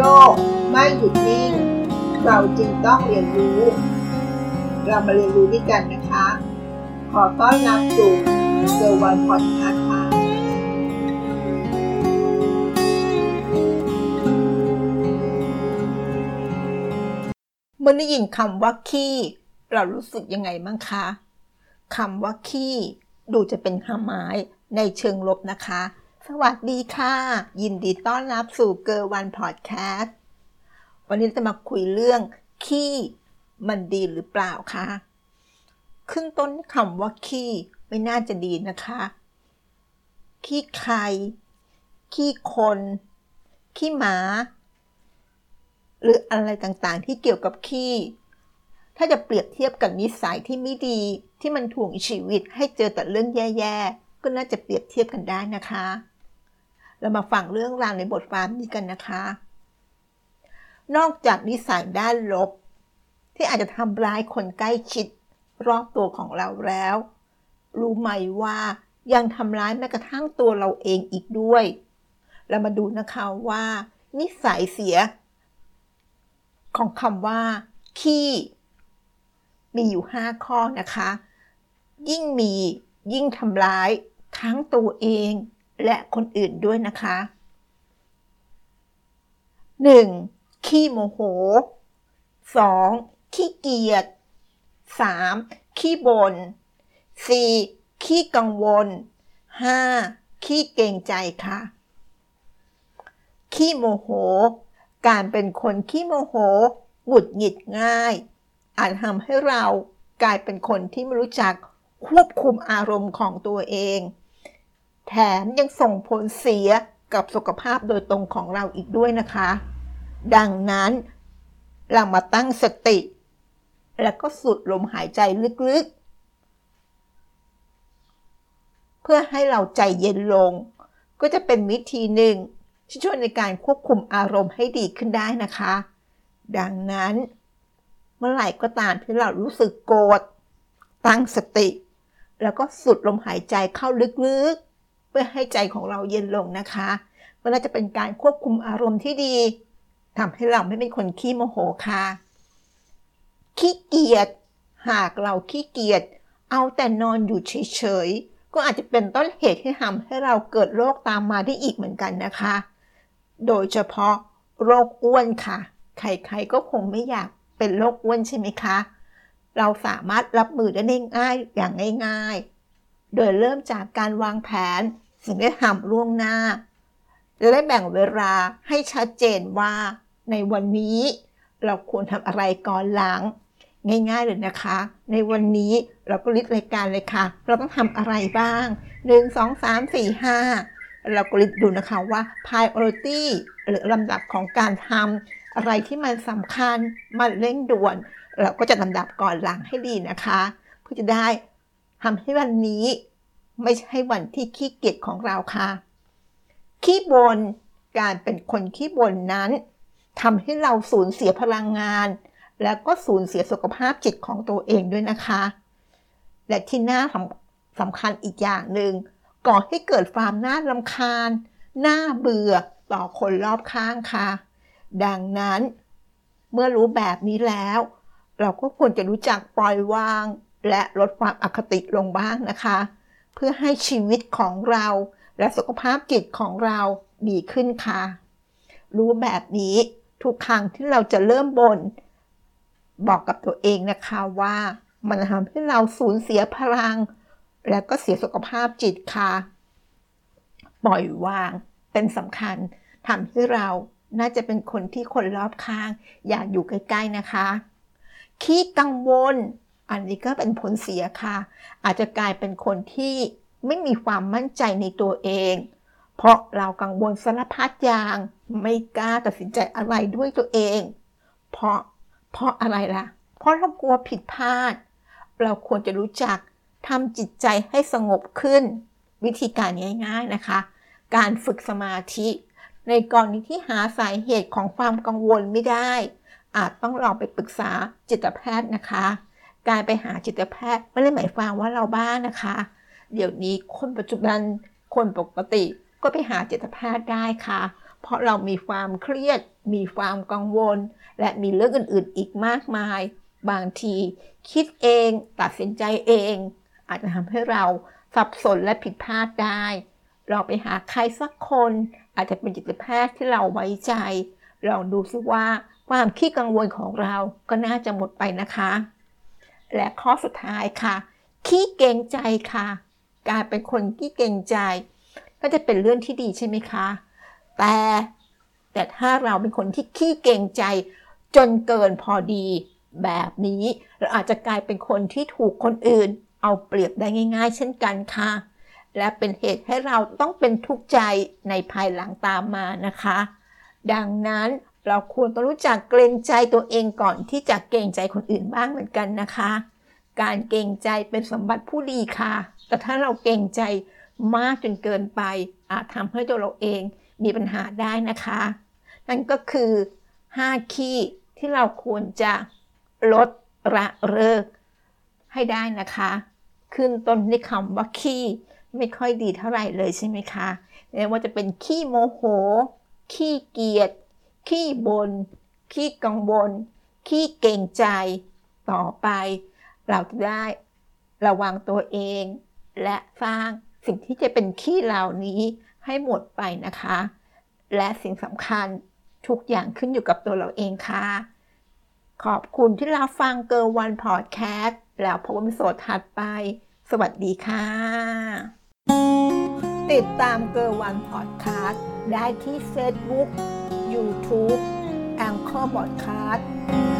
กไม่หยุดนิ่งเราจึงต้องเรียนรู้เรามาเรียนรู้ด้วยกันนะคะขอต้อนรับสู่เซอร์วันพอดคาสต์ค่ะเมื่อได้ยินคำว่าขี้เรารู้สึกยังไงบ้างคะคำว่าขี้ดูจะเป็นคำหมายในเชิงลบนะคะสวัสดีค่ะยินดีต้อนรับสู่เกอร์วันพอดแคสต์วันนี้จะมาคุยเรื่องขี้มันดีหรือเปล่าคะขึ้นต้นคำว่าขี้ไม่น่าจะดีนะคะขี้ใครขี้คนขี้หมาหรืออะไรต่างๆที่เกี่ยวกับขี้ถ้าจะเปรียบเทียบกับนิสัยที่ไม่ดีที่มันถ่วงชีวิตให้เจอแต่เรื่องแย่ๆก็น่าจะเปรียบเทียบกันได้นะคะเรามาฟังเรื่องราวในบทความนี้กันนะคะนอกจากนิสัยด้านลบที่อาจจะทำร้ายคนใกล้ชิดรอบตัวของเราแล้วรู้ไหมว่ายังทำร้ายแม้กระทั่งตัวเราเองอีกด้วยเรามาดูนะคะว่านิสัยเสียของคำว่าขี้มีอยู่5ข้อนะคะยิ่งมียิ่งทำร้ายทั้งตัวเองและคนอื่นด้วยนะคะ 1. ขี้โมโห 2. ขี้เกียจ 3. ขี้บ่น 4. ขี้กังวล 5. ขี้เกรงใจค่ะขี้โมโหการเป็นคนขี้โมโหหงุดหงิดง่ายอาจทำให้เรากลายเป็นคนที่ไม่รู้จักควบคุมอารมณ์ของตัวเองแถมยังส่งผลเสียกับสุขภาพโดยตรงของเราอีกด้วยนะคะดังนั้นเรามาตั้งสติแล้วก็สูดลมหายใจลึกๆเพื่อให้เราใจเย็นลงก็จะเป็นวิธีหนึ่งที่ช่วยในการควบคุมอารมณ์ให้ดีขึ้นได้นะคะดังนั้นเมื่อไหร่ก็ตามที่เรารู้สึกโกรธตั้งสติแล้วก็สูดลมหายใจเข้าลึกๆเพื่อให้ใจของเราเย็นลงนะคะมันน่าจะเป็นการควบคุมอารมณ์ที่ดีทำให้เราไม่เป็นคนขี้โมโหค่ะขี้เกียจหากเราขี้เกียจเอาแต่นอนอยู่เฉยๆก็อาจจะเป็นต้นเหตุที่ทำให้เราเกิดโรคตามมาได้อีกเหมือนกันนะคะโดยเฉพาะโรคอ้วนค่ะใครๆก็คงไม่อยากเป็นโรคอ้วนใช่ไหมคะเราสามารถรับมือได้ง่ายๆอย่างง่ายๆโดยเริ่มจากการวางแผนสิ่งที่ทำล่วงหน้าจะได้แบ่งเวลาให้ชัดเจนว่าในวันนี้เราควรทำอะไรก่อนหลังง่ายๆเลยนะคะในวันนี้เราก็ลิสต์รายการเลยค่ะเราต้องทำอะไรบ้าง1 2 3 4 5เราก็ลิสต์ดูนะคะว่า priority หรือลำดับของการทำอะไรที่มันสำคัญมันเร่งด่วนเราก็จะลำดับก่อนหลังให้ดีนะคะเพื่อจะได้ทำให้วันนี้ไม่ใช่วันที่ขี้เกียจของเราค่ะขี้บ่นการเป็นคนขี้บ่นนั้นทำให้เราสูญเสียพลังงานแล้วก็สูญเสียสุขภาพจิตของตัวเองด้วยนะคะและที่น่าสำคัญอีกอย่างหนึ่งก่อให้เกิดความน่ารำคาญน่าเบื่อต่อคนรอบข้างค่ะดังนั้นเมื่อรู้แบบนี้แล้วเราก็ควรจะรู้จักปล่อยวางและลดความอคติลงบ้างนะคะเพื่อให้ชีวิตของเราและสุขภาพจิตของเราดีขึ้นค่ะรู้แบบนี้ทุกครั้งที่เราจะเริ่มบ่นบอกกับตัวเองนะคะว่ามันทำให้เราสูญเสียพลังและก็เสียสุขภาพจิตค่ะปล่อยวางเป็นสำคัญทำให้เราน่าจะเป็นคนที่คนรอบข้างอยากอยู่ใกล้ๆนะคะขี้กังวลอันนี้ก็เป็นผลเสียค่ะอาจจะกลายเป็นคนที่ไม่มีความมั่นใจในตัวเองเพราะเรากังวลสารพัดอย่างไม่กล้าตัดสินใจอะไรด้วยตัวเองเพราะอะไรล่ะเพราะเรากลัวผิดพลาดเราควรจะรู้จักทำจิตใจให้สงบขึ้นวิธีการง่ายๆนะคะการฝึกสมาธิในกรณีที่หาสาเหตุของความกังวลไม่ได้อาจต้องลองไปปรึกษาจิตแพทย์นะคะการไปหาจิตแพทย์ไม่ได้หมายความว่าเราบ้านะคะเดี๋ยวนี้คนปัจจุบันคนปกติก็ไปหาจิตแพทย์ได้ค่ะเพเพราะเรามีความเครียดมีความกังวลและมีเรื่องอื่นๆอีกมากมายบางทีคิดเองตัดสินใจเองอาจจะทำให้เราสับสนและผิดพลาดได้เราไปหาใครสักคนอาจจะเป็นจิตแพทย์ที่เราไว้ใจลองดูซิว่าความขี้กังวลของเราก็น่าจะหมดไปนะคะและข้อสุดท้ายค่ะขี้เกรงใจค่ะการเป็นคนขี้เกรงใจก็จะเป็นเรื่องที่ดีใช่ไหมคะแต่ถ้าเราเป็นคนที่ขี้เกรงใจจนเกินพอดีแบบนี้เราอาจจะกลายเป็นคนที่ถูกคนอื่นเอาเปรียบได้ง่ายๆเช่นกันค่ะและเป็นเหตุให้เราต้องเป็นทุกข์ใจในภายหลังตามมานะคะดังนั้นเราควรต้องรู้จักเกรงใจตัวเองก่อนที่จะเกรงใจคนอื่นบ้างเหมือนกันนะคะการเกรงใจเป็นสมบัติผู้ดีค่ะแต่ถ้าเราเกรงใจมากจนเกินไปอาจทำให้ตัวเราเองมีปัญหาได้นะคะนั่นก็คือ5ขี้ที่เราควรจะลดละเลิกให้ได้นะคะขึ้นต้นด้วยคำว่าขี้ไม่ค่อยดีเท่าไหร่เลยใช่ไหมคะไม่ว่าจะเป็นขี้โมโหขี้เกียจขี้บ่นขี้กังวลขี้เกรงใจต่อไปเราจะได้ระวังตัวเองและสร้างสิ่งที่จะเป็นขี้เหล่านี้ให้หมดไปนะคะและสิ่งสำคัญทุกอย่างขึ้นอยู่กับตัวเราเองค่ะขอบคุณที่รับฟังGirl One Podcastแล้วพบกันในตอนถัดไปสวัสดีค่ะติดตามGirl One Podcastได้ที่ Facebook YouTube Anchor Podcast